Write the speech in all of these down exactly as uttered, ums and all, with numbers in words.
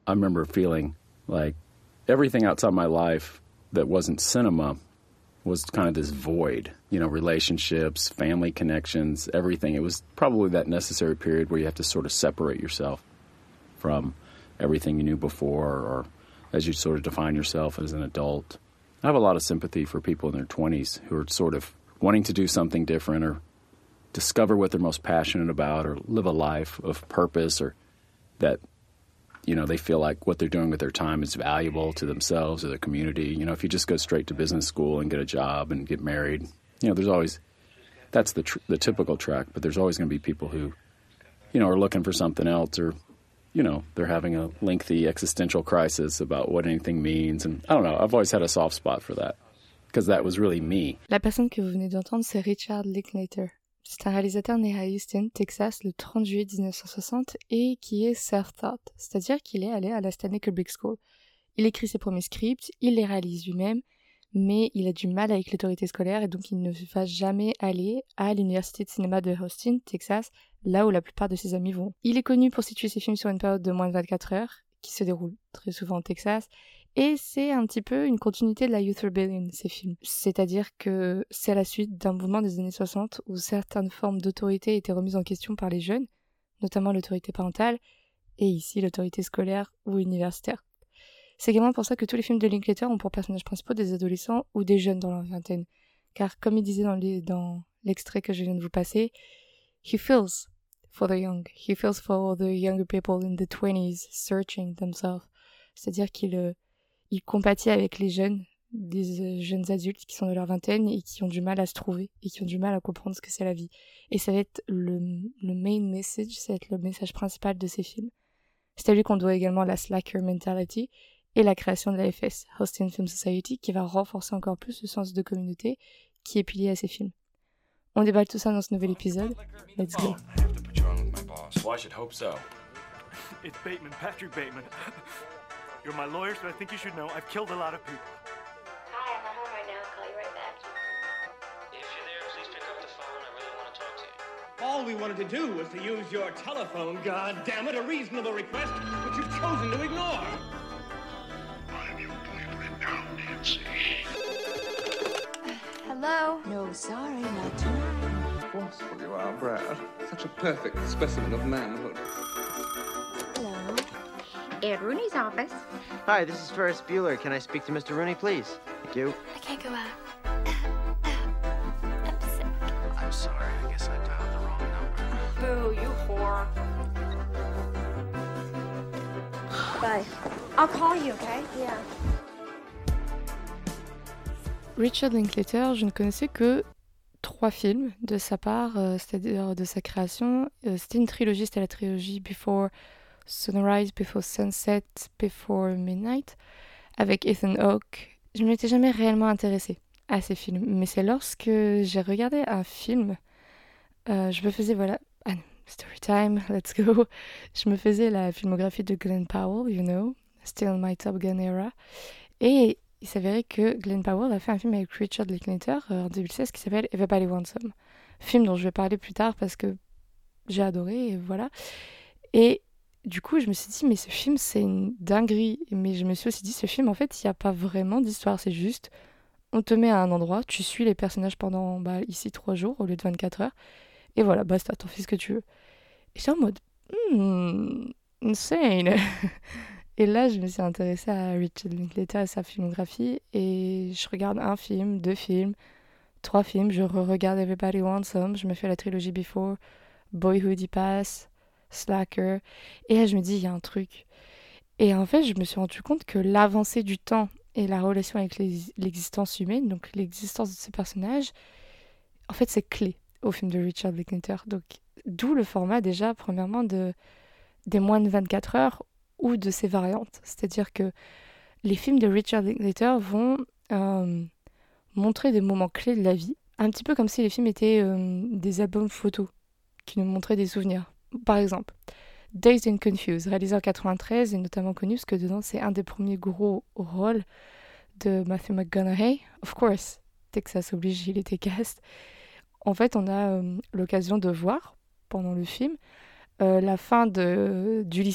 I remember feeling like everything outside my life that wasn't cinema was kind of this void, you know, relationships, family connections, everything. It was probably that necessary period where you have to sort of separate yourself from everything you knew before, or as you sort of define yourself as an adult. I have a lot of sympathy for people in their twenties who are sort of wanting to do something different or discover what they're most passionate about or live a life of purpose, or that, you know, they feel like what they're doing with their time is valuable to themselves or their community. You know, if you just go straight to business school and get a job and get married, you know, there's always, that's the tr- the typical track, but there's always going to be people who, you know, are looking for something else, or, you know, they're having a lengthy existential crisis about what anything means. And I don't know, I've always had a soft spot for that, because that was really me. La personne que vous venez d'entendre, c'est Richard Linklater. C'est un réalisateur né à Houston, Texas, le trente juillet dix-neuf cent soixante et qui est self-taught, c'est-à-dire qu'il est allé à la Stanley Kubrick School. Il écrit ses premiers scripts, il les réalise lui-même, mais il a du mal avec l'autorité scolaire et donc il ne va jamais aller à l'université de cinéma de Austin, Texas, là où la plupart de ses amis vont. Il est connu pour situer ses films sur une période de moins de vingt-quatre heures, qui se déroule très souvent au Texas, et c'est un petit peu une continuité de la Youth Rebellion, ces films. C'est-à-dire que c'est à la suite d'un mouvement des années soixante où certaines formes d'autorité étaient remises en question par les jeunes, notamment l'autorité parentale, et ici l'autorité scolaire ou universitaire. C'est également pour ça que tous les films de Linklater ont pour personnages principaux des adolescents ou des jeunes dans leur vingtaine. Car comme il disait dans, les, dans l'extrait que je viens de vous passer, « He feels for the young. He feels for the younger people in the twenties searching themselves. » C'est-à-dire qu'il euh, il compatit avec les jeunes, des euh, jeunes adultes qui sont dans leur vingtaine et qui ont du mal à se trouver et qui ont du mal à comprendre ce que c'est la vie. Et ça va être le, le main message, ça va être le message principal de ces films. C'est à lui qu'on doit également la slacker mentality et la création de l'A F S, Austin Film Society, qui va renforcer encore plus le sens de communauté qui est pilier à ces films. On déballe tout ça dans ce nouvel épisode. Let's go. Well, I should hope so. It's Bateman, Patrick Bateman. You're my lawyer, so I think you should know I've killed a lot of people. Hi, I'm at home right now. I'll call you right back. If you're there, please pick up the phone. I really want to talk to you. All we wanted to do was to use your telephone, God damn it, a reasonable request, but you've chosen to ignore. I'm your boyfriend now, Nancy. Hello? No, sorry, not tonight. Forceful you are, Brad. Such a perfect specimen of manhood. Hello? Ed Rooney's office. Hi, this is Ferris Bueller. Can I speak to Mister Rooney, please? Thank you. I can't go out. I'm sick. I'm sorry, I guess I dialed the wrong number. Boo, you whore. Bye. I'll call you, okay? Yeah. Richard Linklater, je ne connaissais que trois films de sa part, euh, c'est-à-dire de sa création. Euh, c'était une trilogie, c'était la trilogie Before Sunrise, Before Sunset, Before Midnight, avec Ethan Hawke. Je ne m'étais jamais réellement intéressée à ces films, mais c'est lorsque j'ai regardé un film, euh, je me faisais, voilà, ah, story time, let's go, je me faisais la filmographie de Glenn Powell, you know, still my Top Gun era, et il s'avérait que Glenn Powell a fait un film avec Richard Linklater euh, en deux mille seize qui s'appelle Everybody Wants Some, film dont je vais parler plus tard parce que j'ai adoré, et voilà, et du coup, je me suis dit, mais ce film, c'est une dinguerie. Mais je me suis aussi dit, ce film, en fait, il n'y a pas vraiment d'histoire. C'est juste, on te met à un endroit, tu suis les personnages pendant, bah, ici, trois jours au lieu de vingt-quatre heures. Et voilà, basta, t'en fais ce que tu veux. Et j'étais en mode, hmm, insane. Et là, je me suis intéressée à Richard Linklater et sa filmographie. Et je regarde un film, deux films, trois films. Je re-regarde Everybody Wants Some. Je me fais la trilogie Before, Boyhood y passe, Slacker, et là je me dis il y a un truc, et en fait je me suis rendu compte que l'avancée du temps et la relation avec les, l'existence humaine, donc l'existence de ces personnages, en fait c'est clé au film de Richard Linklater, donc d'où le format déjà premièrement de, des moins de vingt-quatre heures ou de ses variantes, c'est-à-dire que les films de Richard Linklater vont euh, montrer des moments clés de la vie, un petit peu comme si les films étaient euh, des albums photos qui nous montraient des souvenirs. Par exemple, Dazed and Confused, réalisé en quatre-vingt-treize, est notamment connu parce que dedans c'est un des premiers gros rôles de Matthew McConaughey. Of course, Texas oblige, il était cast. En fait, on a euh, l'occasion de voir, pendant le film, euh, la fin de, du lycée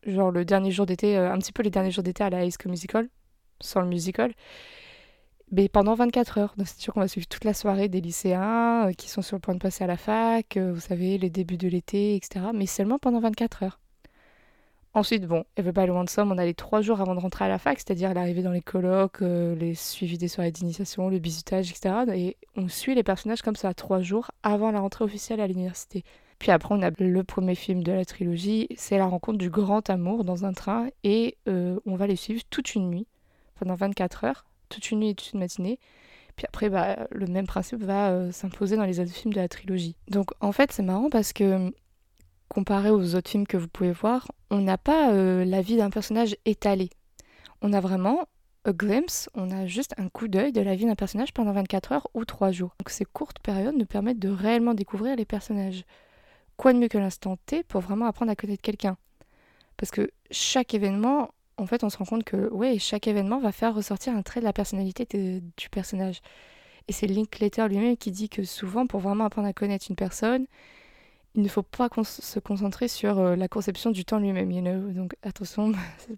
genre le dernier jour d'été, euh, un petit peu les derniers jours d'été à la High School Musical, sans le musical, mais pendant vingt-quatre heures. Donc c'est sûr qu'on va suivre toute la soirée des lycéens euh, qui sont sur le point de passer à la fac, euh, vous savez, les débuts de l'été, et cetera. Mais seulement pendant vingt-quatre heures. Ensuite, bon, Everybody Wants Some, on a les trois jours avant de rentrer à la fac, c'est-à-dire l'arrivée dans les colloques, euh, les suivis des soirées d'initiation, le bisutage, et cetera. Et on suit les personnages comme ça à trois jours avant la rentrée officielle à l'université. Puis après, on a le premier film de la trilogie, c'est la rencontre du grand amour dans un train, et euh, on va les suivre toute une nuit, pendant vingt-quatre heures, toute une nuit et toute une matinée. Puis après, bah, le même principe va euh, s'imposer dans les autres films de la trilogie. Donc en fait, c'est marrant parce que comparé aux autres films que vous pouvez voir, on n'a pas euh, la vie d'un personnage étalée. On a vraiment a glimpse, on a juste un coup d'œil de la vie d'un personnage pendant vingt-quatre heures ou trois jours. Donc ces courtes périodes nous permettent de réellement découvrir les personnages. Quoi de mieux que l'instant T pour vraiment apprendre à connaître quelqu'un ? Parce que chaque événement, en fait, on se rend compte que ouais, chaque événement va faire ressortir un trait de la personnalité de, du personnage. Et c'est Linklater lui-même qui dit que souvent, pour vraiment apprendre à connaître une personne, il ne faut pas con- se concentrer sur euh, la conception du temps lui-même, you know. Donc attention,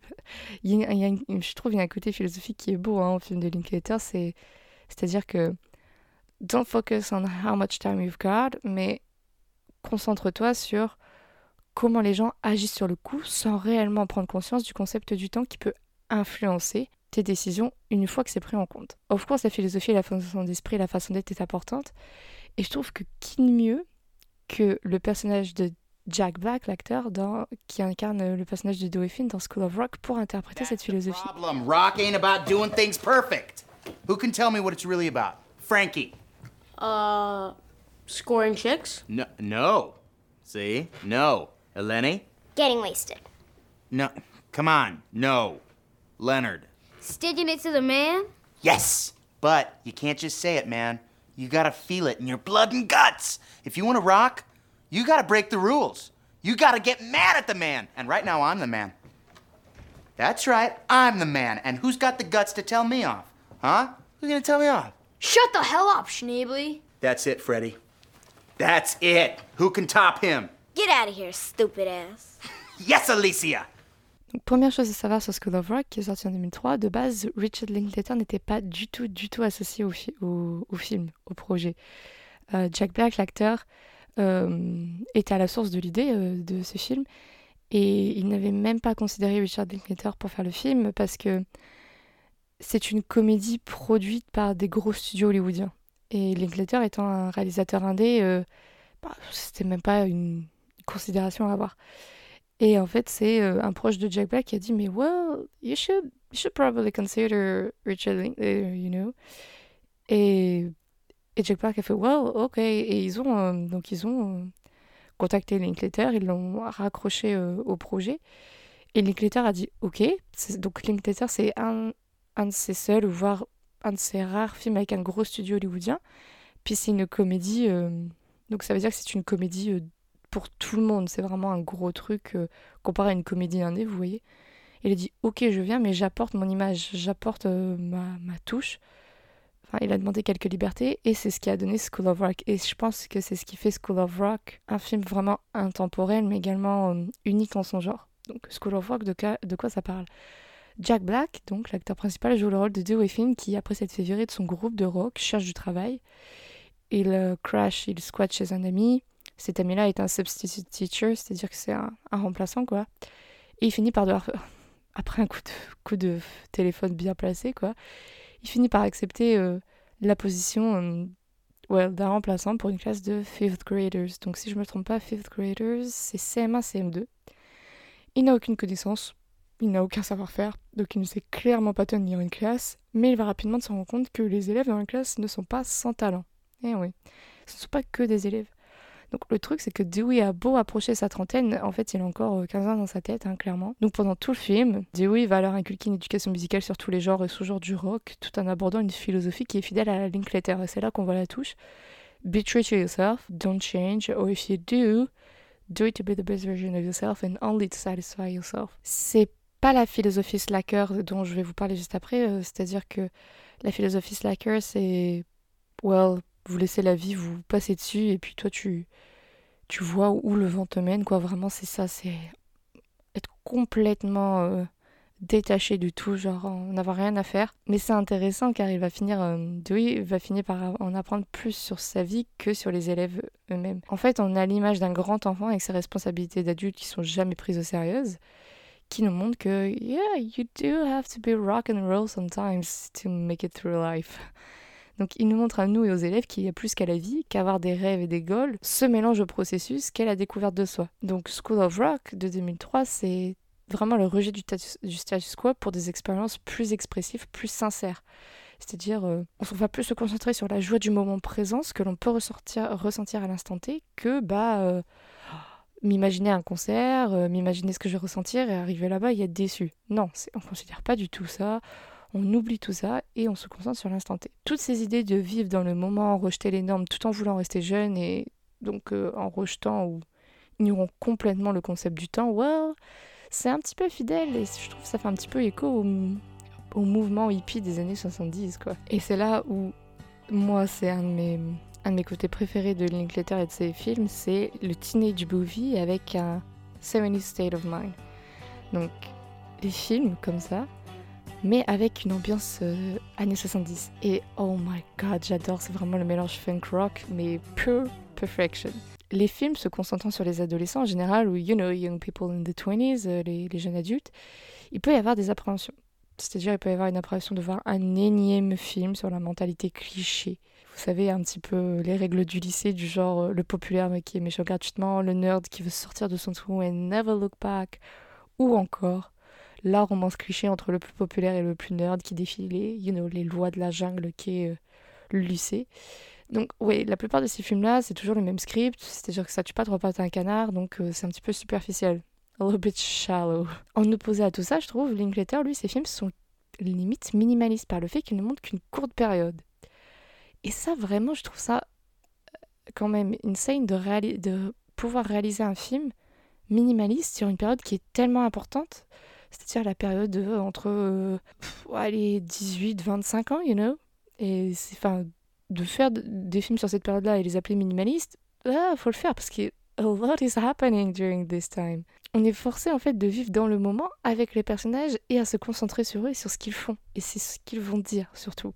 il y a, il y a une, je trouve qu'il y a un côté philosophique qui est beau hein, au film de Linklater, c'est, c'est-à-dire que don't focus on how much time you've got, mais concentre-toi sur comment les gens agissent sur le coup sans réellement prendre conscience du concept du temps qui peut influencer tes décisions une fois que c'est pris en compte. Of course, la philosophie, la façon d'esprit, la façon d'être est importante, et je trouve que qui de mieux que le personnage de Jack Black, l'acteur dans, qui incarne le personnage de Dewey Finn dans School of Rock pour interpréter cette philosophie. Problem. Rock ain't about doing things perfect. Who can tell me what it's really about? Frankie. Uh, scoring chicks? No. No. See? No. Eleni? Getting wasted. No. Come on. No. Leonard. Sticking it to the man? Yes. But you can't just say it, man. You gotta feel it in your blood and guts. If you wanna rock, you gotta break the rules. You gotta get mad at the man. And right now, I'm the man. That's right, I'm the man. And who's got the guts to tell me off? Huh? Who's gonna tell me off? Shut the hell up, Schneebly. That's it, Freddy. That's it. Who can top him? Get out of here, stupid ass. Yes, Alicia! Donc, première chose à savoir sur School of Rock, qui est sorti en deux mille trois, de base, Richard Linklater n'était pas du tout, du tout associé au, fi- au, au film, au projet. Euh, Jack Black, l'acteur, euh, était à la source de l'idée euh, de ce film, et il n'avait même pas considéré Richard Linklater pour faire le film, parce que c'est une comédie produite par des gros studios hollywoodiens. Et Linklater étant un réalisateur indé, euh, bah, c'était même pas une considération à avoir. Et en fait, c'est euh, un proche de Jack Black qui a dit « Mais well, you should, you should probably consider Richard Linklater, you know ?» Et, et Jack Black a fait « Well, ok ». Et ils ont, euh, donc ils ont euh, contacté Linklater, ils l'ont raccroché euh, au projet. Et Linklater a dit « Ok ». C'est, donc Linklater, c'est un, un de ses seuls, voire un de ses rares films avec un gros studio hollywoodien. Puis c'est une comédie, euh, donc ça veut dire que c'est une comédie euh, pour tout le monde. C'est vraiment un gros truc euh, comparé à une comédie indé, vous voyez. Et il a dit « Ok, je viens, mais j'apporte mon image, j'apporte euh, ma, ma touche ». Enfin, il a demandé quelques libertés et c'est ce qui a donné School of Rock. Et je pense que c'est ce qui fait School of Rock un film vraiment intemporel, mais également euh, unique en son genre. Donc School of Rock, de, ca- de quoi ça parle ? Jack Black, donc l'acteur principal, joue le rôle de Dewey Finn qui, après s'être fait virer de son groupe de rock, cherche du travail. Il euh, crash, il squatte chez un ami. Cet ami-là est un substitute teacher, c'est-à-dire que c'est un, un remplaçant, quoi. Et il finit par devoir, après un coup de, coup de téléphone bien placé, quoi, il finit par accepter euh, la position euh, well, d'un remplaçant pour une classe de fifth graders. Donc si je ne me trompe pas, fifth graders, c'est C M un, C M deux. Il n'a aucune connaissance. Il n'a aucun savoir-faire, donc il ne sait clairement pas tenir une classe, mais il va rapidement se rendre compte que les élèves dans la classe ne sont pas sans talent. Eh oui, ce ne sont pas que des élèves. Donc le truc, c'est que Dewey a beau approcher sa trentaine, en fait il a encore quinze ans dans sa tête, hein, clairement. Donc pendant tout le film, Dewey va leur inculquer une éducation musicale sur tous les genres et sous-genres du rock, tout en abordant une philosophie qui est fidèle à la Linklater, et c'est là qu'on voit la touche. Be true to yourself, don't change, or if you do, do it to be the best version of yourself and only to satisfy yourself. C'est pas la philosophie slacker dont je vais vous parler juste après, euh, c'est-à-dire que la philosophie slacker, c'est, well, vous laissez la vie vous passer dessus et puis toi tu, tu vois où le vent te mène, quoi. Vraiment, c'est ça, c'est être complètement euh, détaché du tout, genre en avoir rien à faire. Mais c'est intéressant car il va finir, euh, Dewey va finir par en apprendre plus sur sa vie que sur les élèves eux-mêmes. En fait, on a l'image d'un grand enfant avec ses responsabilités d'adulte qui sont jamais prises au sérieux, qui nous montre que yeah, you do have to be rock and roll sometimes to make it through life. Donc il nous montre à nous et aux élèves qu'il y a plus qu'à la vie, qu'avoir des rêves et des goals se mélange au processus qu'est la découverte de soi. Donc School of Rock de deux mille trois, c'est vraiment le rejet du, tatus, du status quo pour des expériences plus expressives, plus sincères. C'est-à-dire, euh, on va plus se concentrer sur la joie du moment présent, ce que l'on peut ressortir, ressentir à l'instant T, que bah, euh, m'imaginer un concert, euh, m'imaginer ce que je vais ressentir et arriver là-bas et être déçu. Non, c'est, on ne considère pas du tout ça. On oublie tout ça et on se concentre sur l'instant T. Toutes ces idées de vivre dans le moment, rejeter les normes tout en voulant rester jeune et donc euh, en rejetant ou ignorant complètement le concept du temps, well, c'est un petit peu fidèle et je trouve que ça fait un petit peu écho au, au mouvement hippie des années soixante-dix, quoi. Et c'est là où, moi, c'est un de mes, un de mes côtés préférés de Linklater et de ses films, c'est le teenage movie avec un seventies state of mind. Donc, les films comme ça, mais avec une ambiance euh, années soixante-dix. Et oh my god, j'adore, c'est vraiment le mélange funk rock, mais pure perfection. Les films se concentrant sur les adolescents en général, ou you know, young people in the twenties, euh, les, les jeunes adultes, il peut y avoir des appréhensions. C'est-à-dire, il peut y avoir une appréhension de voir un énième film sur la mentalité cliché. Vous savez, un petit peu les règles du lycée, du genre euh, le populaire mais qui est méchant gratuitement, le nerd qui veut sortir de son trou and never look back, ou encore la romance cliché entre le plus populaire et le plus nerd qui défie les, you know, les lois de la jungle qui est euh, le lycée. Donc oui, la plupart de ces films-là, c'est toujours le même script, c'est-à-dire que ça tue pas trois pattes à un canard, donc euh, c'est un petit peu superficiel. A little bit shallow. En opposé à tout ça, je trouve, Linklater, lui, ses films sont limite minimalistes par le fait qu'ils ne montrent qu'une courte période. Et ça, vraiment, je trouve ça quand même insane de, réali- de pouvoir réaliser un film minimaliste sur une période qui est tellement importante. C'est-à-dire la période euh, entre euh, pff, allez, dix-huit vingt-cinq ans, you know. Et c'est, enfin, de faire d- des films sur cette période-là et les appeler minimalistes, ah, faut le faire parce que a lot is happening during this time. On est forcé en fait de vivre dans le moment avec les personnages et à se concentrer sur eux et sur ce qu'ils font. Et c'est ce qu'ils vont dire surtout.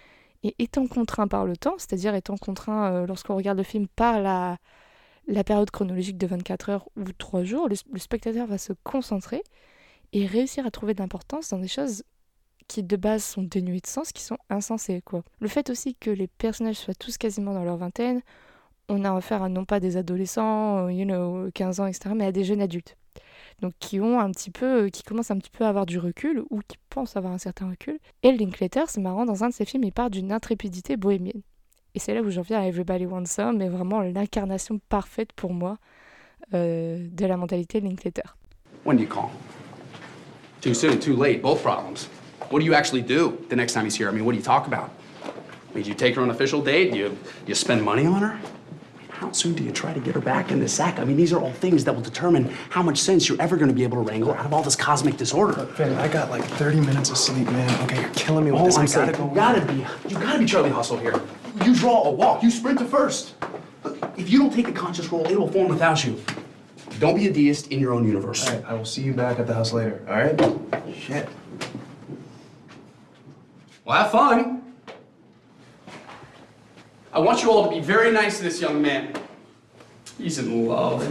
Et étant contraint par le temps, c'est-à-dire étant contraint euh, lorsqu'on regarde le film par la, la période chronologique de vingt-quatre heures ou trois jours, le, le spectateur va se concentrer et réussir à trouver de l'importance dans des choses qui de base sont dénuées de sens, qui sont insensées, quoi. Le fait aussi que les personnages soient tous quasiment dans leur vingtaine, on a affaire à non pas des adolescents, you know, quinze ans, et cetera, mais à des jeunes adultes. Donc qui ont un petit peu, qui commencent un petit peu à avoir du recul, ou qui pensent avoir un certain recul. Et Linklater, c'est marrant, dans un de ses films, il part d'une intrépidité bohémienne. Et c'est là où j'en viens à Everybody Wants Some, mais vraiment l'incarnation parfaite pour moi euh, de la mentalité de Linklater. When do you call? Too soon, too late, both problems. What do you actually do the next time he's here? I mean, what do you talk about? I mean, do you take her on an official date? Do you, you spend money on her? I mean, how soon do you try to get her back in the sack? I mean, these are all things that will determine how much sense you're ever going to be able to wrangle out of all this cosmic disorder. Look, Finn, I got like thirty minutes of sleep, man. Okay, you're killing me with Oh, this. I'm I saying, gotta go. you gotta be, you gotta be Charlie Hustle here. You draw a walk, you sprint to first. Look, if you don't take the conscious role, it will form without you. Don't be a deist in your own universe. All right, I will see you back at the house later, all right? Shit. Well, have fun. I want you all to be very nice to this young man. He's in love.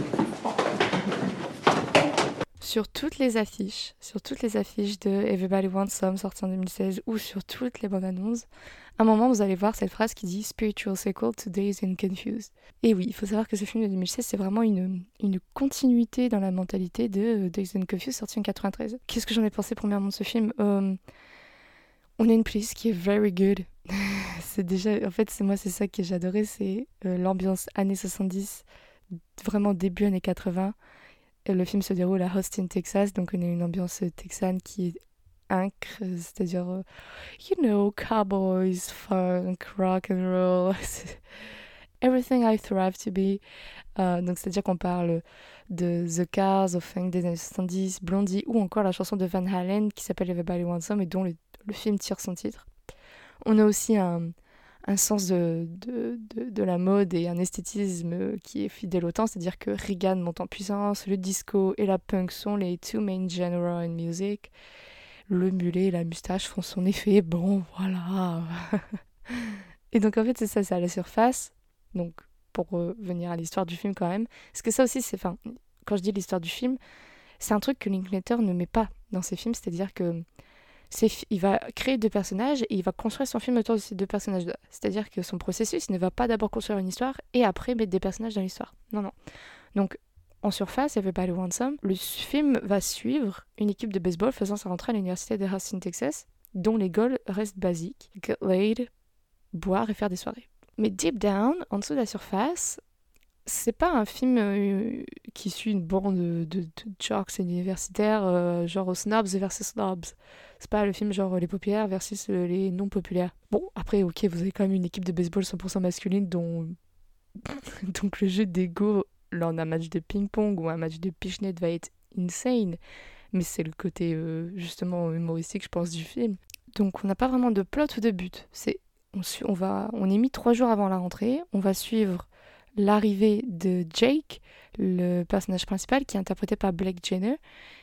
Sur toutes les affiches, sur toutes les affiches de Everybody Wants Some sorti en deux mille seize ou sur toutes les bandes annonces, à un moment vous allez voir cette phrase qui dit Spiritual sequel to Dazed and Confused. Et oui, il faut savoir que ce film de deux mille seize c'est vraiment une, une continuité dans la mentalité de Dazed and Confused sorti en quatre-vingt-treize. Qu'est-ce que j'en ai pensé premièrement de ce film euh, On a une police qui est very good. C'est déjà, en fait, c'est moi c'est ça que j'ai adoré, c'est euh, l'ambiance années soixante-dix, vraiment début années quatre-vingts. Le film se déroule à Austin, Texas, donc on a une ambiance texane qui est incre, c'est-à-dire, uh, you know, cowboys, funk, rock and roll, everything I thrive to be. Uh, donc c'est-à-dire qu'on parle de The Cars, au funk des années soixante-dix, Blondie, ou encore la chanson de Van Halen qui s'appelle Everybody Wants Some et dont le, le film tire son titre. On a aussi un, un sens de, de, de, de la mode et un esthétisme qui est fidèle au temps, c'est-à-dire que Reagan monte en puissance, le disco et la punk sont les two main genres in music, le mulet et la moustache font son effet, bon voilà. Et donc en fait c'est ça, c'est à la surface, donc pour revenir à l'histoire du film quand même, parce que ça aussi c'est, enfin, quand je dis l'histoire du film, c'est un truc que Linklater ne met pas dans ses films, c'est-à-dire que c'est, il va créer deux personnages et il va construire son film autour de ces deux personnages-là. C'est-à-dire que son processus ne va pas d'abord construire une histoire et après mettre des personnages dans l'histoire. Non, non. Donc, en surface, Everybody Wants Some, le film va suivre une équipe de baseball faisant sa rentrée à l'université de Austin, Texas, dont les goals restent basiques. Get laid, boire et faire des soirées. Mais deep down, en dessous de la surface, c'est pas un film euh, qui suit une bande de, de, de jocks universitaires, euh, genre aux snobs versus snobs. C'est pas le film genre les populaires versus euh, les non populaires. Bon, après, ok, vous avez quand même une équipe de baseball cent pour cent masculine dont donc le jeu d'ego lors d'un match de ping-pong ou un match de pitch-net va être insane. Mais c'est le côté euh, justement humoristique, je pense, du film. Donc on n'a pas vraiment de plot ou de but. C'est, on, su- on, va, on est mis trois jours avant la rentrée, on va suivre l'arrivée de Jake, le personnage principal, qui est interprété par Blake Jenner.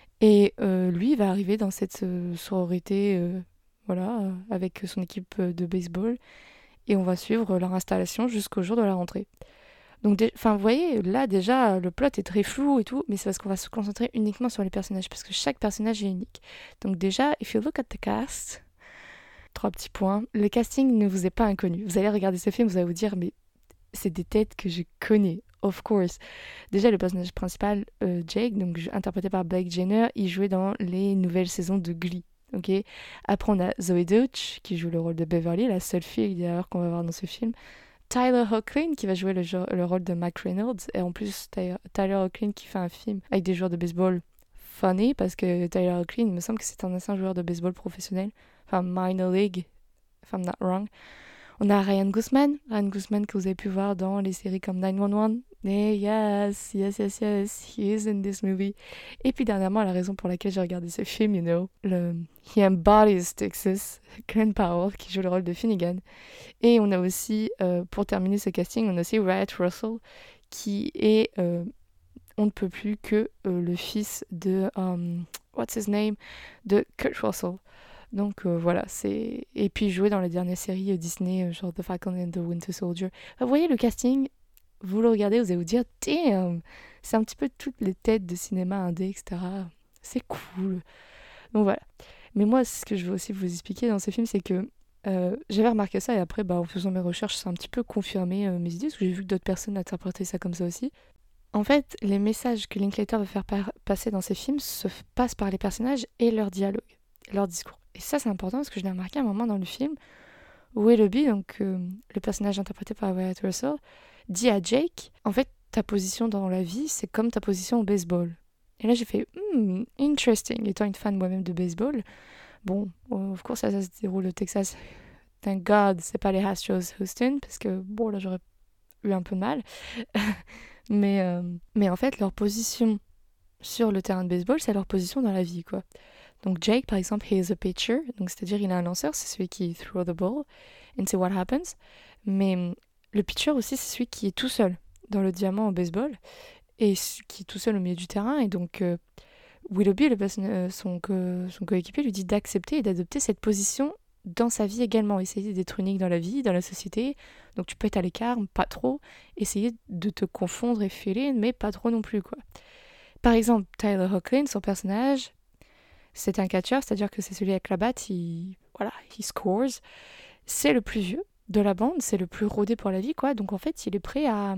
Et euh, lui va arriver dans cette euh, sororité, euh, voilà, euh, avec son équipe euh, de baseball. Et on va suivre leur installation jusqu'au jour de la rentrée. Donc, enfin, vous voyez, là, déjà, le plot est très flou et tout, mais c'est parce qu'on va se concentrer uniquement sur les personnages, parce que chaque personnage est unique. Donc déjà, if you look at the cast, trois petits points. Le casting ne vous est pas inconnu. Vous allez regarder ce film, vous allez vous dire, mais c'est des têtes que je connais, of course. Déjà, le personnage principal, euh, Jake, donc interprété par Blake Jenner, il jouait dans les nouvelles saisons de Glee. Okay. Après, on a Zoe Deutch, qui joue le rôle de Beverly, la seule fille d'ailleurs qu'on va voir dans ce film. Tyler Hoechlin, qui va jouer le, le rôle de Mac Reynolds. Et en plus, Tyler, Tyler Hoechlin qui fait un film avec des joueurs de baseball funny, parce que Tyler Hoechlin, il me semble que c'est un ancien joueur de baseball professionnel. Enfin, minor league, if I'm not wrong. On a Ryan Guzman, Ryan Guzman que vous avez pu voir dans les séries comme nine one one. Et yes, yes, yes, yes, he is in this movie. Et puis dernièrement, la raison pour laquelle j'ai regardé ce film, you know, le He Embodies Texas, Glenn Powell, qui joue le rôle de Finnegan. Et on a aussi, euh, pour terminer ce casting, on a aussi Wyatt Russell, qui est, euh, on ne peut plus que euh, le fils de, um, what's his name, de Kurt Russell. Donc euh, voilà, c'est... Et puis jouer dans les dernières séries euh, Disney, euh, genre The Falcon and the Winter Soldier. Vous voyez le casting, vous le regardez, vous allez vous dire, damn, c'est un petit peu toutes les têtes de cinéma indé, et cetera. C'est cool. Donc voilà. Mais moi, ce que je veux aussi vous expliquer dans ces films, c'est que euh, j'avais remarqué ça et après, bah, en faisant mes recherches, ça a un petit peu confirmé euh, mes idées, parce que j'ai vu que d'autres personnes interprétaient ça comme ça aussi. En fait, les messages que Linklater veut faire par- passer dans ses films se f- passent par les personnages et leurs dialogues, leurs discours. Et ça, c'est important parce que je l'ai remarqué à un moment dans le film où Willoughby, donc euh, le personnage interprété par Wyatt Russell, dit à Jake, en fait, ta position dans la vie, c'est comme ta position au baseball. Et là, j'ai fait, hmm, interesting. Étant une fan moi-même de baseball, bon, of course, ça, ça se déroule au Texas. Thank God, c'est pas les Astros Houston, parce que, bon, là, j'aurais eu un peu de mal. mais, euh, mais en fait, leur position sur le terrain de baseball, c'est leur position dans la vie, quoi. Donc Jake, par exemple, he is a pitcher, donc c'est-à-dire il a un lanceur, c'est celui qui throw the ball, and see what happens. Mais le pitcher aussi, c'est celui qui est tout seul dans le diamant au baseball, et qui est tout seul au milieu du terrain. Et donc euh, Willoughby, le person- euh, son, co- son coéquipier, lui dit d'accepter et d'adopter cette position dans sa vie également. Essayer d'être unique dans la vie, dans la société. Donc tu peux être à l'écart, pas trop. Essayer de te confondre et filer, mais pas trop non plus, quoi. Par exemple, Tyler Hoechlin, son personnage, c'est un catcheur, c'est-à-dire que c'est celui avec la batte, il, voilà, he scores. C'est le plus vieux de la bande, c'est le plus rodé pour la vie, quoi. Donc en fait, il est prêt à,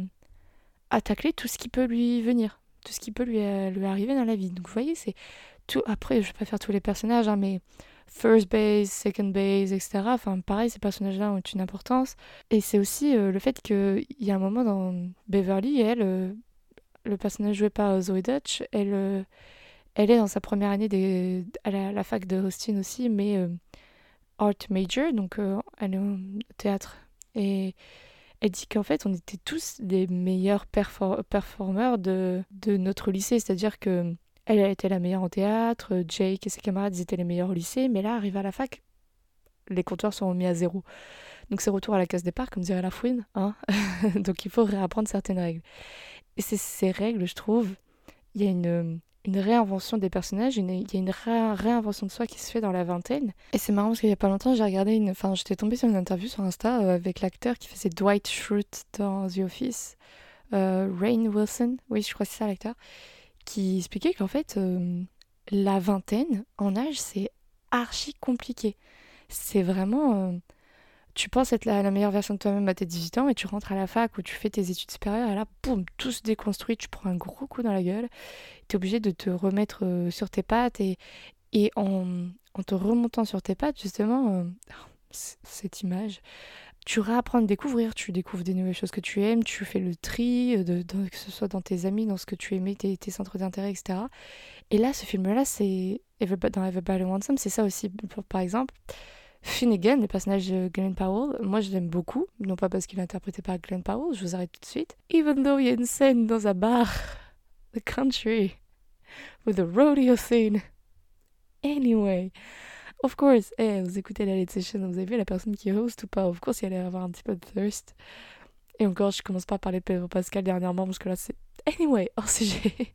à tacler tout ce qui peut lui venir, tout ce qui peut lui, lui arriver dans la vie. Donc vous voyez, c'est tout. Après, je vais pas faire tous les personnages, hein, mais first base, second base, et cetera. Enfin, pareil, ces personnages-là ont une importance. Et c'est aussi euh, le fait qu'il y a un moment dans Beverly, elle, euh, le personnage joué par Zoe Deutch, elle... Euh, Elle est dans sa première année des, à la, la fac de Austin aussi, mais euh, art major, donc euh, elle est au théâtre. Et elle dit qu'en fait, on était tous les meilleurs perfor- performeurs de, de notre lycée. C'est-à-dire que elle a été la meilleure en théâtre, Jake et ses camarades ils étaient les meilleurs au lycée, mais là, arrivé à la fac, les compteurs sont remis à zéro. Donc c'est retour à la case départ, comme dirait la fouine. Hein. Donc il faut réapprendre certaines règles. Et c'est ces règles, je trouve, il y a une, une réinvention des personnages, une, il y a une ré- réinvention de soi qui se fait dans la vingtaine. Et c'est marrant parce qu'il y a pas longtemps, j'ai regardé une... Enfin, j'étais tombée sur une interview sur Insta euh, avec l'acteur qui faisait Dwight Schrute dans The Office. Euh, Rainn Wilson, oui, je crois que c'est ça l'acteur, qui expliquait qu'en fait, euh, la vingtaine, en âge, c'est archi compliqué. C'est vraiment... Euh, tu penses être la, la meilleure version de toi-même à tes dix-huit ans et tu rentres à la fac où tu fais tes études supérieures et là, boum, tout se déconstruit, tu prends un gros coup dans la gueule. Tu es obligé de te remettre euh, sur tes pattes et, et en, en te remontant sur tes pattes, justement, euh, c- cette image... Tu réapprends à découvrir, tu découvres des nouvelles choses que tu aimes, tu fais le tri, de, de, que ce soit dans tes amis, dans ce que tu aimais, tes, tes centres d'intérêt, et cetera. Et là, ce film-là, c'est dans Everybody Wants Some, c'est ça aussi. Pour, par exemple, Finnegan, le personnage de Glenn Powell, moi je l'aime beaucoup, non pas parce qu'il est interprété par Glenn Powell, je vous arrête tout de suite. Even though il y a une scène dans un bar, the country, with a rodeo scene. Anyway... Of course, hey, vous écoutez la Late Session, vous avez vu la personne qui host ou pas? Of course, il allait avoir un petit peu de thirst. Et encore, je commence pas à parler de Pedro Pascal dernièrement, parce que là, c'est... Anyway, hors sujet.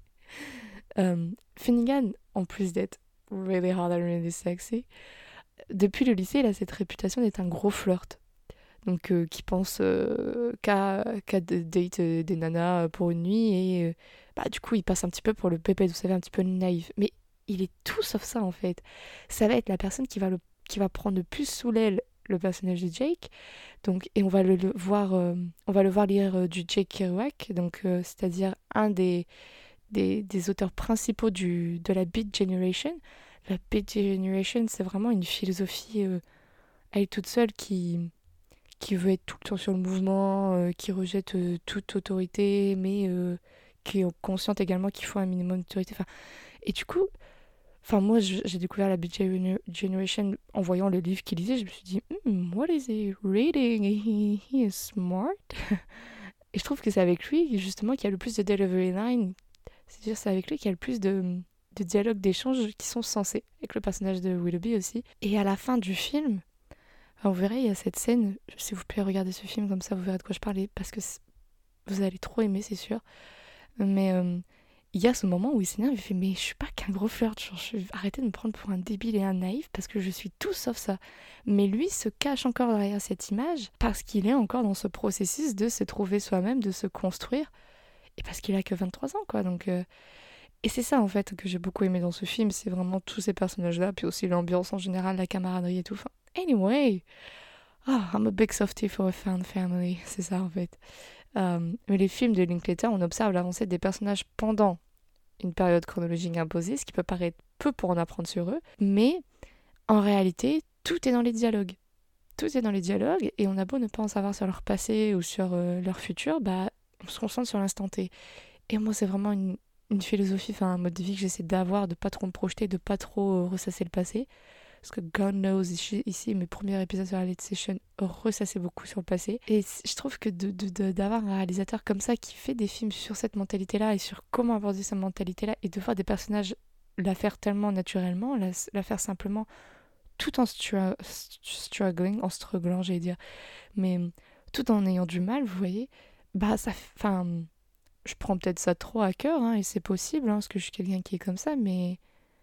um, Finnegan, en plus d'être really hard and really sexy, depuis le lycée, il a cette réputation d'être un gros flirt. Donc, euh, qui pense euh, qu'à, qu'à date euh, des nanas pour une nuit, et euh, bah, du coup, il passe un petit peu pour le pépé, vous savez, un petit peu naïf. Mais il est tout sauf ça, en fait. Ça va être la personne qui va, le, qui va prendre le plus sous l'aile le personnage de Jake. Donc, et on va le, le voir, euh, on va le voir lire euh, du Jake Kerouac, donc, euh, c'est-à-dire un des, des, des auteurs principaux du, de la Beat Generation. La Beat Generation, c'est vraiment une philosophie, euh, elle toute seule, qui, qui veut être tout le temps sur le mouvement, euh, qui rejette euh, toute autorité, mais euh, qui est consciente également qu'il faut un minimum d'autorité. Enfin, et du coup... Enfin, moi, j'ai découvert la Beat Generation en voyant le livre qu'il lisait. Je me suis dit, mm, what is he reading? He, he is smart. Et je trouve que c'est avec lui, justement, qu'il y a le plus de delivery line. C'est-à-dire, c'est avec lui qu'il y a le plus de, de dialogues, d'échanges qui sont sensés. Avec le personnage de Willoughby aussi. Et à la fin du film, enfin, vous verrez, il y a cette scène. S'il vous plaît, regardez ce film comme ça, vous verrez de quoi je parlais. Parce que vous allez trop aimer, c'est sûr. Mais... Euh, il y a ce moment où il s'énerve, il fait « Mais je suis pas qu'un gros flirt, genre, je... arrêtez de me prendre pour un débile et un naïf parce que je suis tout sauf ça. » Mais lui se cache encore derrière cette image parce qu'il est encore dans ce processus de se trouver soi-même, de se construire, et parce qu'il a que vingt-trois ans, quoi. Donc, euh... Et c'est ça, en fait, que j'ai beaucoup aimé dans ce film, c'est vraiment tous ces personnages-là, puis aussi l'ambiance en général, la camaraderie et tout. Enfin, anyway, oh, I'm a big softie for a fan family, c'est ça, en fait. Euh... Mais les films de Linklater, on observe l'avancée des personnages pendant une période chronologique imposée, ce qui peut paraître peu pour en apprendre sur eux, mais en réalité, tout est dans les dialogues. Tout est dans les dialogues, et on a beau ne pas en savoir sur leur passé ou sur euh, leur futur, bah, on se concentre sur l'instant T. Et moi, c'est vraiment une, une philosophie, enfin un mode de vie que j'essaie d'avoir, de pas trop me projeter, de pas trop euh, ressasser le passé. Parce que God knows, ici, ici mes premiers épisodes sur la Late Session ressassaient beaucoup sur le passé. Et je trouve que de, de, de, d'avoir un réalisateur comme ça qui fait des films sur cette mentalité-là et sur comment aborder cette mentalité-là, et de voir des personnages la faire tellement naturellement, la, la faire simplement tout en stru- struggling, en strugglant, j'allais dire, mais tout en ayant du mal, vous voyez, bah ça, enfin, je prends peut-être ça trop à cœur, hein, et c'est possible, hein, parce que je suis quelqu'un qui est comme ça, mais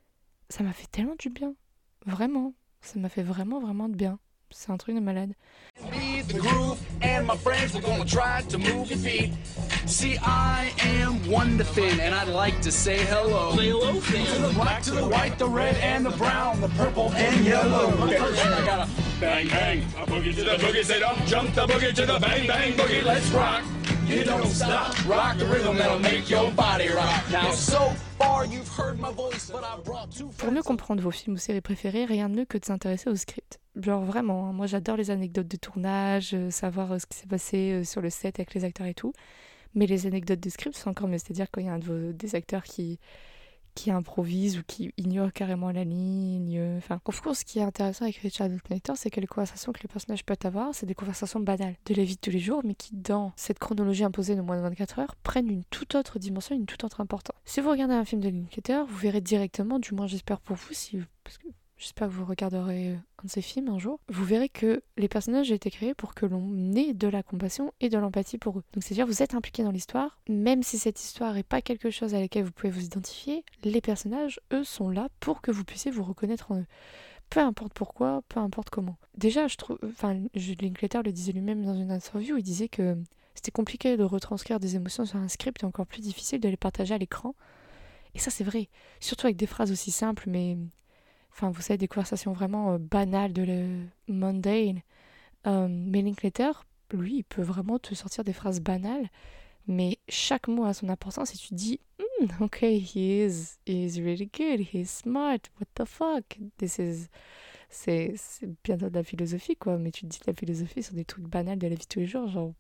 ça m'a fait tellement du bien. Vraiment, ça m'a fait vraiment, vraiment de bien. C'est un truc de malade. The groove and my friends, we're gonna try to move your feet. See, I am one to Finn, and I'd like to say hello. Say hello, Finn. To the black, to the white, the red and the brown, the purple and yellow. Okay, I gotta bang, bang, a boogie to the boogie, say don't jump the boogie to the bang, bang, boogie, let's rock. You don't stop, rock the rhythm that'll make your body rock. Now, so far you've heard my voice, but I brought two. Pour mieux comprendre vos films ou séries préférées, rien de mieux que de s'intéresser au script. Genre vraiment, hein, moi j'adore les anecdotes de tournage, euh, savoir euh, ce qui s'est passé euh, sur le set avec les acteurs et tout. Mais les anecdotes de script sont encore mieux, c'est-à-dire quand il y a un de vos, des acteurs qui, qui improvise ou qui ignore carrément la ligne. Enfin, of course, ce qui est intéressant avec Richard Linklater, c'est que les conversations que les personnages peuvent avoir, c'est des conversations banales, de la vie de tous les jours, mais qui, dans cette chronologie imposée de moins de vingt-quatre heures, prennent une toute autre dimension, une toute autre importance. Si vous regardez un film de Linklater, vous verrez directement, du moins j'espère pour vous, si, parce que j'espère que vous regarderez un de ces films un jour, vous verrez que les personnages ont été créés pour que l'on ait de la compassion et de l'empathie pour eux. Donc c'est-à-dire vous êtes impliqué dans l'histoire, même si cette histoire n'est pas quelque chose à laquelle vous pouvez vous identifier, les personnages, eux, sont là pour que vous puissiez vous reconnaître en eux. Peu importe pourquoi, peu importe comment. Déjà, je trouve, enfin, Linklater le disait lui-même dans une interview, il disait que c'était compliqué de retranscrire des émotions sur un script et encore plus difficile de les partager à l'écran. Et ça, c'est vrai. Surtout avec des phrases aussi simples, mais... Enfin, vous savez, des conversations vraiment euh, banales, de le mundane. Euh, mais Linklater, lui, il peut vraiment te sortir des phrases banales, mais chaque mot a son importance et tu te dis mm, « Ok, he is, he is really good, he is smart, what the fuck ?» This is... C'est, c'est bientôt de la philosophie, quoi, mais tu te dis de la philosophie sur des trucs banals de la vie de tous les jours, genre...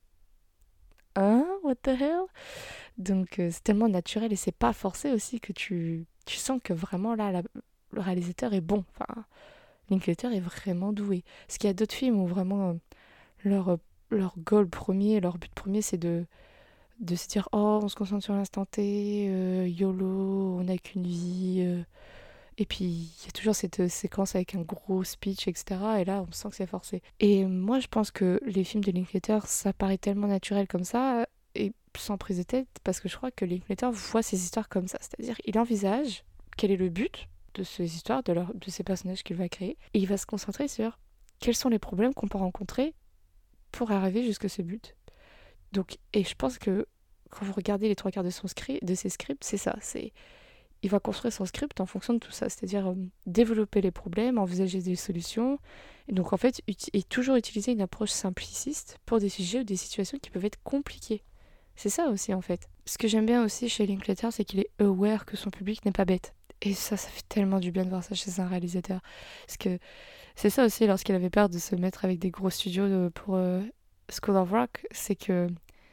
Hein? What the hell? Donc euh, c'est tellement naturel et c'est pas forcé aussi que tu, tu sens que vraiment là, la, le réalisateur est bon. Enfin, Linklater est vraiment doué. Parce qu'il y a d'autres films où vraiment euh, leur, leur goal premier, leur but premier, c'est de, de se dire « Oh, on se concentre sur l'instant T, euh, YOLO, on n'a qu'une vie... Euh, ». Et puis, il y a toujours cette euh, séquence avec un gros speech, et cetera. Et là, on sent que c'est forcé. Et moi, je pense que les films de Linklater, ça paraît tellement naturel comme ça, et sans prise de tête, parce que je crois que Linklater voit ces histoires comme ça. C'est-à-dire, il envisage quel est le but de ces histoires, de, leur, de ces personnages qu'il va créer, et il va se concentrer sur quels sont les problèmes qu'on peut rencontrer pour arriver jusqu'à ce but. Donc, et je pense que quand vous regardez les trois quarts de, son script, de ses scripts, c'est ça, c'est... Il va construire son script en fonction de tout ça, c'est-à-dire euh, développer les problèmes, envisager des solutions, et donc en fait, ut- et toujours utiliser une approche simpliciste pour des sujets ou des situations qui peuvent être compliquées. C'est ça aussi en fait. Ce que j'aime bien aussi chez Linklater, c'est qu'il est aware que son public n'est pas bête. Et ça, ça fait tellement du bien de voir ça chez un réalisateur. Parce que c'est ça aussi, lorsqu'il avait peur de se mettre avec des gros studios pour euh, School of Rock, c'est que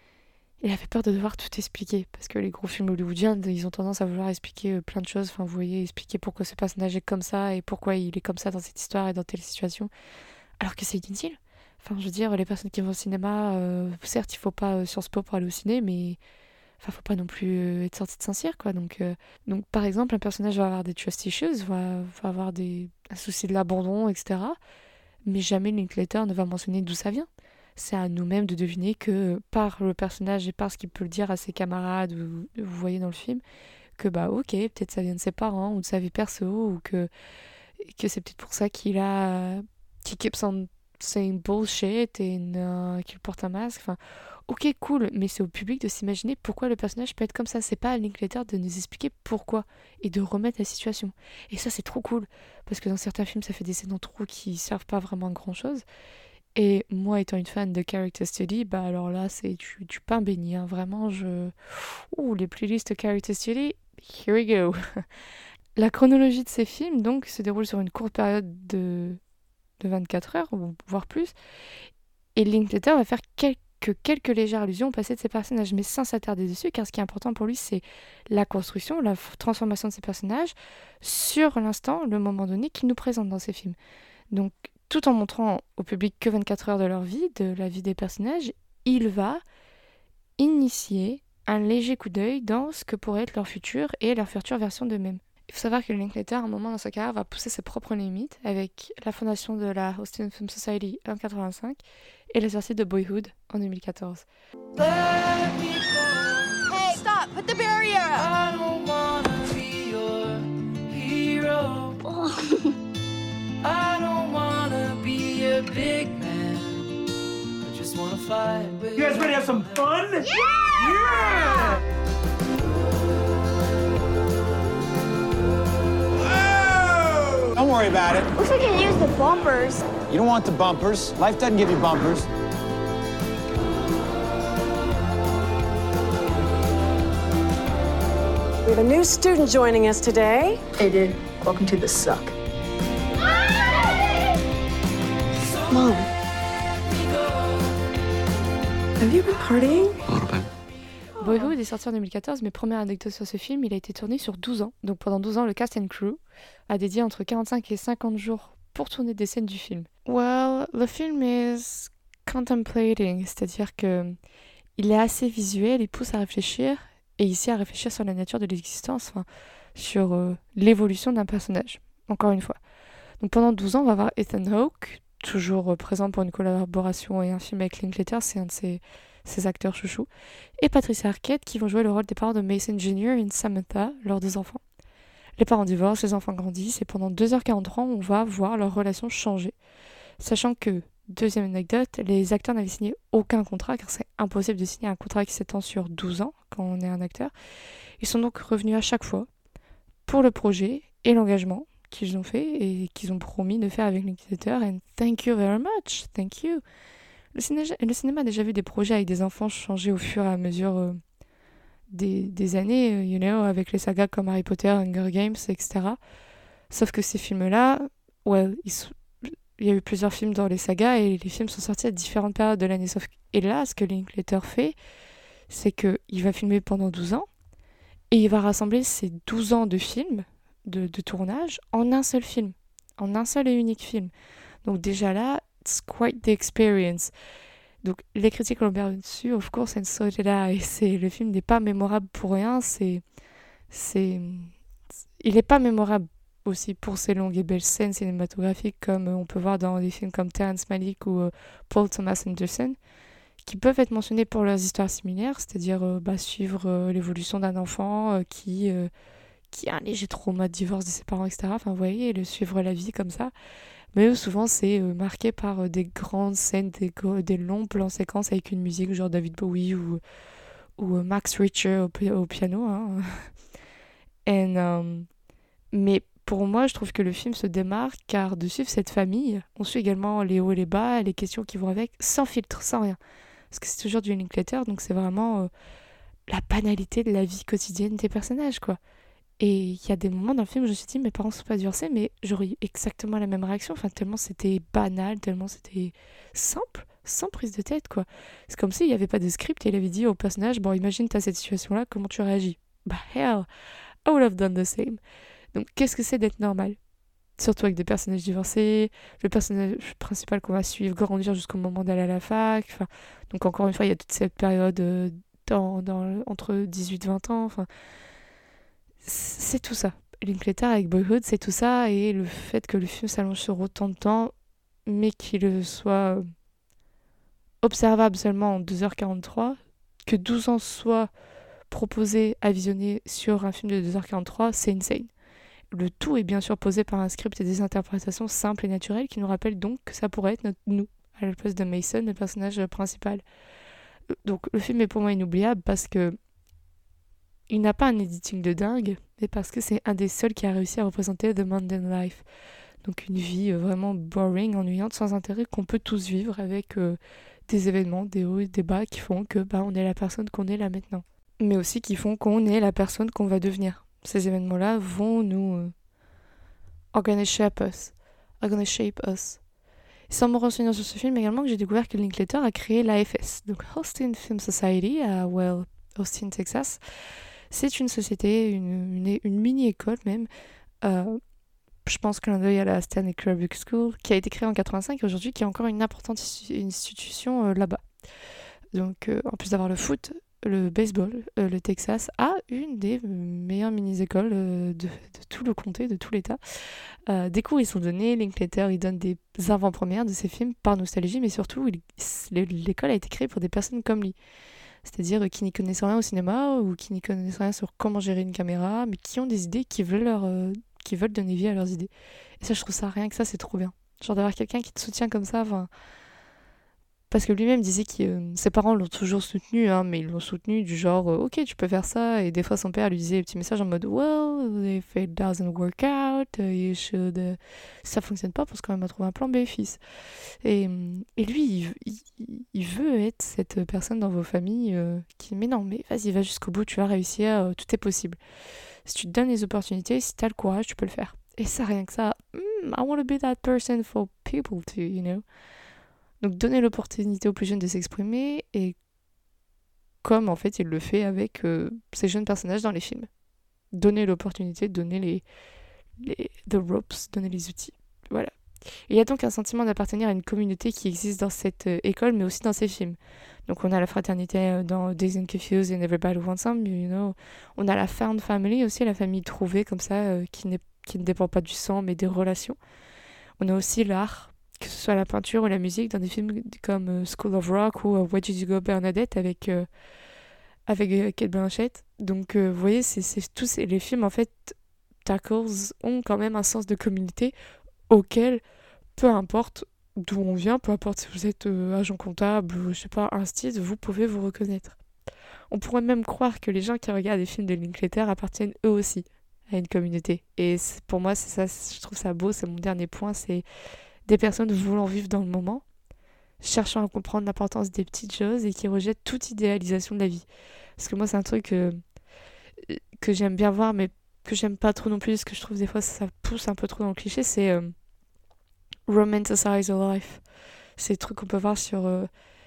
il avait peur de devoir tout expliquer, parce que les gros films hollywoodiens, ils ont tendance à vouloir expliquer plein de choses. Enfin, vous voyez, expliquer pourquoi ce personnage est comme ça, et pourquoi il est comme ça dans cette histoire et dans telle situation. Alors que c'est inutile. Enfin, je veux dire, les personnes qui vont au cinéma, euh, certes, il faut pas euh, Sciences Po pour aller au ciné, mais... Enfin, faut pas non plus euh, être sorti de Saint-Cyr, quoi. Donc, euh... donc, par exemple, un personnage va avoir des trust issues, va, va avoir des... un souci de l'abandon, et cetera. Mais jamais Linklater ne va mentionner d'où ça vient. C'est à nous-mêmes de deviner que par le personnage et par ce qu'il peut le dire à ses camarades, ou vous voyez dans le film, que bah ok, peut-être ça vient de ses parents ou de sa vie perso, ou que, que c'est peut-être pour ça qu'il a qu'il keeps on saying bullshit et uh, qu'il porte un masque. Enfin, ok, cool, mais c'est au public de s'imaginer pourquoi le personnage peut être comme ça. C'est pas à Linklater de nous expliquer pourquoi et de remettre la situation. Et ça, c'est trop cool, parce que dans certains films, ça fait des scènes en trop qui servent pas vraiment à grand-chose. Et moi, étant une fan de Character Study, bah alors là, c'est du, du pain béni, hein. Vraiment, je... Ouh, les playlists Character Study, here we go. La chronologie de ces films, donc, se déroule sur une courte période de, de vingt-quatre heures, voire plus. Et Linklater va faire quelques, quelques légères allusions au passé de ses personnages, mais sans s'attarder dessus, car ce qui est important pour lui, c'est la construction, la transformation de ses personnages sur l'instant, le moment donné qu'il nous présente dans ses films. Donc, tout en montrant au public que vingt-quatre heures de leur vie, de la vie des personnages, il va initier un léger coup d'œil dans ce que pourrait être leur futur et leur future version d'eux-mêmes. Il faut savoir que Linklater, à un moment dans sa carrière, va pousser ses propres limites avec la fondation de la Austin Film Society en quatre-vingt-cinq et la sortie de Boyhood en deux mille quatorze. Hey, stop! Put the barrier up! I don't wanna be your hero. Oh. I don't wanna be a big man. I just wanna fight with you. You guys ready to have some fun? Yeah! Yeah! Whoa! Don't worry about it. Looks like I used the bumpers. You don't want the bumpers. Life doesn't give you bumpers. We have a new student joining us today. Hey, dude. Welcome to the suck. Mom, have you been partying? A little bit. Boyhood est sorti en deux mille quatorze, mais première anecdote sur ce film, il a été tourné sur douze ans. Donc pendant douze ans, le cast and crew a dédié entre quarante-cinq et cinquante jours pour tourner des scènes du film. Well, the film is contemplating, c'est-à-dire que il est assez visuel, il pousse à réfléchir, et ici à réfléchir sur la nature de l'existence, enfin, sur euh, l'évolution d'un personnage, encore une fois. Donc pendant douze ans, on va voir Ethan Hawke, toujours présent pour une collaboration et un film avec Linklater, c'est un de ses, ses acteurs chouchous, et Patricia Arquette qui vont jouer le rôle des parents de Mason junior et Samantha, leurs deux enfants. Les parents divorcent, les enfants grandissent, et pendant deux heures quarante-trois, on va voir leur relation changer. Sachant que, deuxième anecdote, les acteurs n'avaient signé aucun contrat, car c'est impossible de signer un contrat qui s'étend sur douze ans quand on est un acteur. Ils sont donc revenus à chaque fois pour le projet et l'engagement qu'ils ont fait et qu'ils ont promis de faire avec Linklater. And thank you very much, thank you. Le cinéma, le cinéma a déjà vu des projets avec des enfants changer au fur et à mesure euh, des, des années, you know, avec les sagas comme Harry Potter, Hunger Games, et cetera. Sauf que ces films-là, well, ils sont, il y a eu plusieurs films dans les sagas et les films sont sortis à différentes périodes de l'année. Sauf que, et là, ce que Linklater fait, c'est qu'il va filmer pendant douze ans et il va rassembler ces douze ans de films, de, de tournage, en un seul film, en un seul et unique film. Donc déjà là, it's quite the experience. Donc les critiques l'ont bien reçu, of course, and so did I. C'est, le film n'est pas mémorable pour rien, c'est, c'est, il n'est pas mémorable aussi pour ses longues et belles scènes cinématographiques comme on peut voir dans des films comme Terrence Malick ou euh, Paul Thomas Anderson, qui peuvent être mentionnés pour leurs histoires similaires, c'est-à-dire euh, bah, suivre euh, l'évolution d'un enfant euh, qui, euh, qui a un léger trauma de divorce de ses parents, et cetera. Enfin, vous voyez, le suivre la vie comme ça. Mais eux, souvent, c'est euh, marqué par euh, des grandes scènes, des, des longs plans séquences avec une musique genre David Bowie ou, ou euh, Max Richter au, pi- au piano. Hein. And, um, mais pour moi, je trouve que le film se démarque car de suivre cette famille, on suit également les hauts et les bas, les questions qui vont avec, sans filtre, sans rien. Parce que c'est toujours du Linklater, donc c'est vraiment euh, la banalité de la vie quotidienne des personnages, quoi. Et il y a des moments dans le film où je me suis dit, mes parents sont pas divorcés, mais j'aurais eu exactement la même réaction. Enfin, tellement c'était banal, tellement c'était simple, sans prise de tête, quoi. C'est comme s'il n'y avait pas de script et il avait dit au personnage, bon, imagine t'as cette situation-là, comment tu réagis? Bah, hell, I would have done the same. Donc, qu'est-ce que c'est d'être normal? Surtout avec des personnages divorcés, le personnage principal qu'on va suivre grandir jusqu'au moment d'aller à la fac. Enfin, donc, encore une fois, il y a toute cette période euh, dans, dans, entre dix-huit et vingt ans. Enfin, c'est tout ça. Linklater avec Boyhood, c'est tout ça. Et le fait que le film s'allonge sur autant de temps, mais qu'il soit euh, observable seulement en deux heures quarante-trois, que douze ans soient proposés à visionner sur un film de deux heures quarante-trois, c'est insane. Le tout est bien sûr posé par un script et des interprétations simples et naturelles qui nous rappellent donc que ça pourrait être notre, nous, à la place de Mason, le personnage principal. Donc le film est pour moi inoubliable parce que il n'a pas un editing de dingue, mais parce que c'est un des seuls qui a réussi à représenter The Mundane Life. Donc une vie vraiment boring, ennuyante, sans intérêt qu'on peut tous vivre avec euh, des événements, des hauts et des bas qui font que bah, on est la personne qu'on est là maintenant. Mais aussi qui font qu'on est la personne qu'on va devenir. Ces événements-là vont nous euh, are gonna shape us, are gonna shape us. Et sans me renseigner sur ce film également, que j'ai découvert que Linklater a créé l'A F S, donc Austin Film Society à well, Austin, Texas. C'est une société, une, une, une mini-école même. Euh, je pense clin d'œil à la Stanley Kubrick School, qui a été créée en quatre-vingt-cinq et aujourd'hui qui est encore une importante institution euh, là-bas. Donc euh, en plus d'avoir le foot, le baseball, euh, le Texas a une des meilleures mini-écoles euh, de, de tout le comté, de tout l'État. Euh, des cours, ils sont donnés. Linklater, il donne des avant-premières de ses films par nostalgie, mais surtout, il, l'école a été créée pour des personnes comme lui. C'est-à-dire euh, qui n'y connaissent rien au cinéma ou qui n'y connaissent rien sur comment gérer une caméra, mais qui ont des idées, qui veulent, leur, euh, qui veulent donner vie à leurs idées. Et ça, je trouve ça, rien que ça, c'est trop bien. Genre d'avoir quelqu'un qui te soutient comme ça, enfin... Parce que lui-même disait que euh, ses parents l'ont toujours soutenu, hein, mais ils l'ont soutenu du genre euh, « Ok, tu peux faire ça ». Et des fois, son père lui disait des petits messages en mode « Well, if it doesn't work out, you should... Uh... » Ça fonctionne pas, pense quand même à trouver un plan B, fils. Et, et lui, il, il, il veut être cette personne dans vos familles euh, qui « Mais non, mais vas-y, va jusqu'au bout, tu vas réussir, euh, tout est possible. Si tu te donnes les opportunités, si tu as le courage, tu peux le faire. » Et ça, rien que ça, mm, I want to be that person for people too, you know. Donc donner l'opportunité aux plus jeunes de s'exprimer et comme en fait il le fait avec euh, ces jeunes personnages dans les films. Donner l'opportunité, donner les, les the ropes, donner les outils. Voilà. Il y a donc un sentiment d'appartenir à une communauté qui existe dans cette euh, école mais aussi dans ces films. Donc on a la fraternité euh, dans Dazed and Confused and Everybody Wants Some, you know. On a la found family aussi, la famille trouvée comme ça euh, qui, n'est, qui ne dépend pas du sang mais des relations. On a aussi l'art, que ce soit la peinture ou la musique, dans des films comme euh, School of Rock ou euh, Where Did You Go Bernadette avec, euh, avec euh, Kate Blanchett. Donc euh, vous voyez, c'est, c'est, tous ces, les films en fait, tackles ont quand même un sens de communauté auquel, peu importe d'où on vient, peu importe si vous êtes euh, agent comptable ou je sais pas, instit, vous pouvez vous reconnaître. On pourrait même croire que les gens qui regardent les films de Linklater appartiennent eux aussi à une communauté. Et pour moi, c'est ça, je trouve ça beau, c'est mon dernier point, c'est des personnes voulant vivre dans le moment, cherchant à comprendre l'importance des petites choses et qui rejettent toute idéalisation de la vie. Parce que moi, c'est un truc euh, que j'aime bien voir, mais que j'aime pas trop non plus, parce que je trouve des fois ça pousse un peu trop dans le cliché, c'est euh, romanticize your life. C'est des trucs qu'on peut voir sur euh,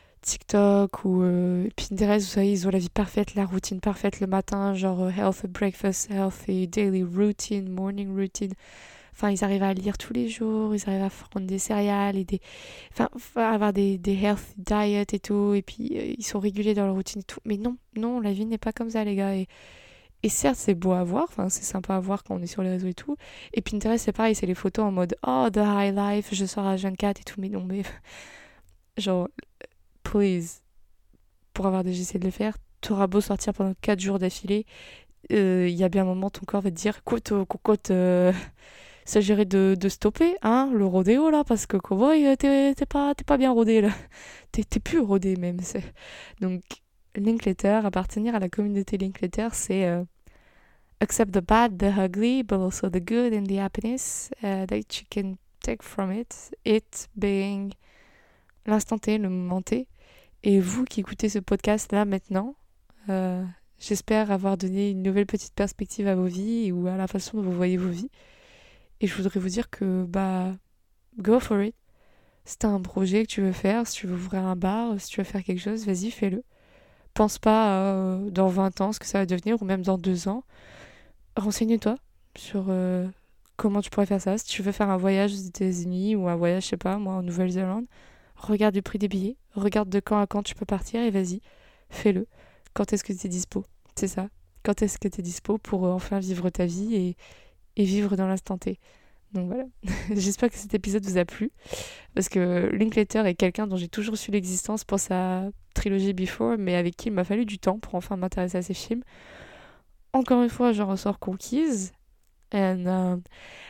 TikTok ou euh, Pinterest, vous savez, ils ont la vie parfaite, la routine parfaite le matin, genre euh, healthy breakfast, healthy daily routine, morning routine. Enfin, ils arrivent à lire tous les jours, ils arrivent à prendre des céréales et des... Enfin, avoir des, des healthy diet et tout, et puis euh, ils sont réguliers dans leur routine et tout. Mais non, non, la vie n'est pas comme ça, les gars. Et, et certes, c'est beau à voir, enfin, c'est sympa à voir quand on est sur les réseaux et tout. Et Pinterest, c'est pareil, c'est les photos en mode « Oh, the high life, je sors à vingt-quatre et tout. » Mais non, mais... genre... please, pour avoir déjà essayé de le faire, t'auras beau sortir pendant quatre jours d'affilée, il euh, y a bien un moment ton corps va te dire écoute, euh, cocotte, euh, s'agirait de, de stopper, hein, le rodéo là, parce que cowboy, euh, t'es, t'es, pas, t'es pas bien rodé là, t'es, t'es plus rodé même. C'est... Donc, Linklater, appartenir à la communauté Linklater, c'est euh, accept the bad, the ugly, but also the good and the happiness uh, that you can take from it, it being l'instant T, le moment T. Et vous qui écoutez ce podcast là maintenant, euh, j'espère avoir donné une nouvelle petite perspective à vos vies ou à la façon dont vous voyez vos vies. Et je voudrais vous dire que, bah, go for it. Si t'as un projet que tu veux faire, si tu veux ouvrir un bar, si tu veux faire quelque chose, vas-y, fais-le. Pense pas euh, dans vingt ans ce que ça va devenir ou même dans deux ans. Renseigne-toi sur euh, comment tu pourrais faire ça. Si tu veux faire un voyage aux États-Unis ou un voyage, je sais pas, moi, en Nouvelle-Zélande, regarde le prix des billets, regarde de quand à quand tu peux partir et vas-y, fais-le. Quand est-ce que tu es dispo ? C'est ça. Quand est-ce que tu es dispo pour euh, enfin vivre ta vie et, et vivre dans l'instant T. Donc voilà. J'espère que cet épisode vous a plu. Parce que Linklater est quelqu'un dont j'ai toujours su l'existence pour sa trilogie Before, mais avec qui il m'a fallu du temps pour enfin m'intéresser à ses films. Encore une fois, j'en ressors conquise. And um,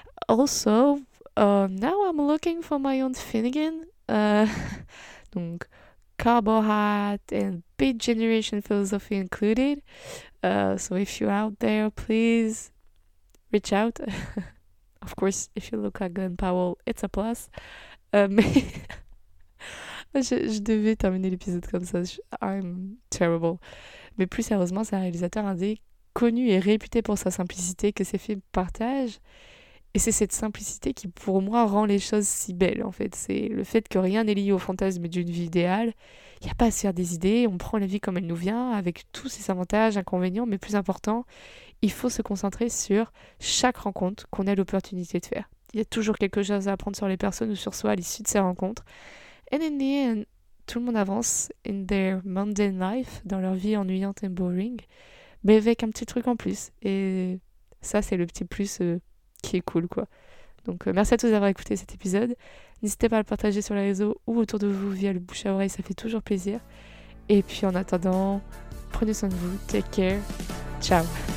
also, uh, now I'm looking for my own Finnegan. Uh, donc, Cowboy Hat and Beat Generation Philosophy included. Uh, so if you're out there, please reach out. Of course, if you look like Glenn Powell, it's a plus. Uh, mais je, je devais terminer l'épisode comme ça. I'm terrible. Mais plus sérieusement, c'est un réalisateur indé connu et réputé pour sa simplicité que ses films partagent. Et c'est cette simplicité qui, pour moi, rend les choses si belles, en fait. C'est le fait que rien n'est lié au fantasme d'une vie idéale. Il n'y a pas à se faire des idées, on prend la vie comme elle nous vient, avec tous ses avantages, inconvénients, mais plus important, il faut se concentrer sur chaque rencontre qu'on a l'opportunité de faire. Il y a toujours quelque chose à apprendre sur les personnes ou sur soi à l'issue de ces rencontres. And in the end, tout le monde avance in their mundane life, dans leur vie ennuyante et boring, mais avec un petit truc en plus. Et ça, c'est le petit plus euh, qui est cool, quoi. Donc, euh, merci à tous d'avoir écouté cet épisode. N'hésitez pas à le partager sur les réseaux ou autour de vous via le bouche à oreille, ça fait toujours plaisir. Et puis, en attendant, prenez soin de vous, take care, ciao.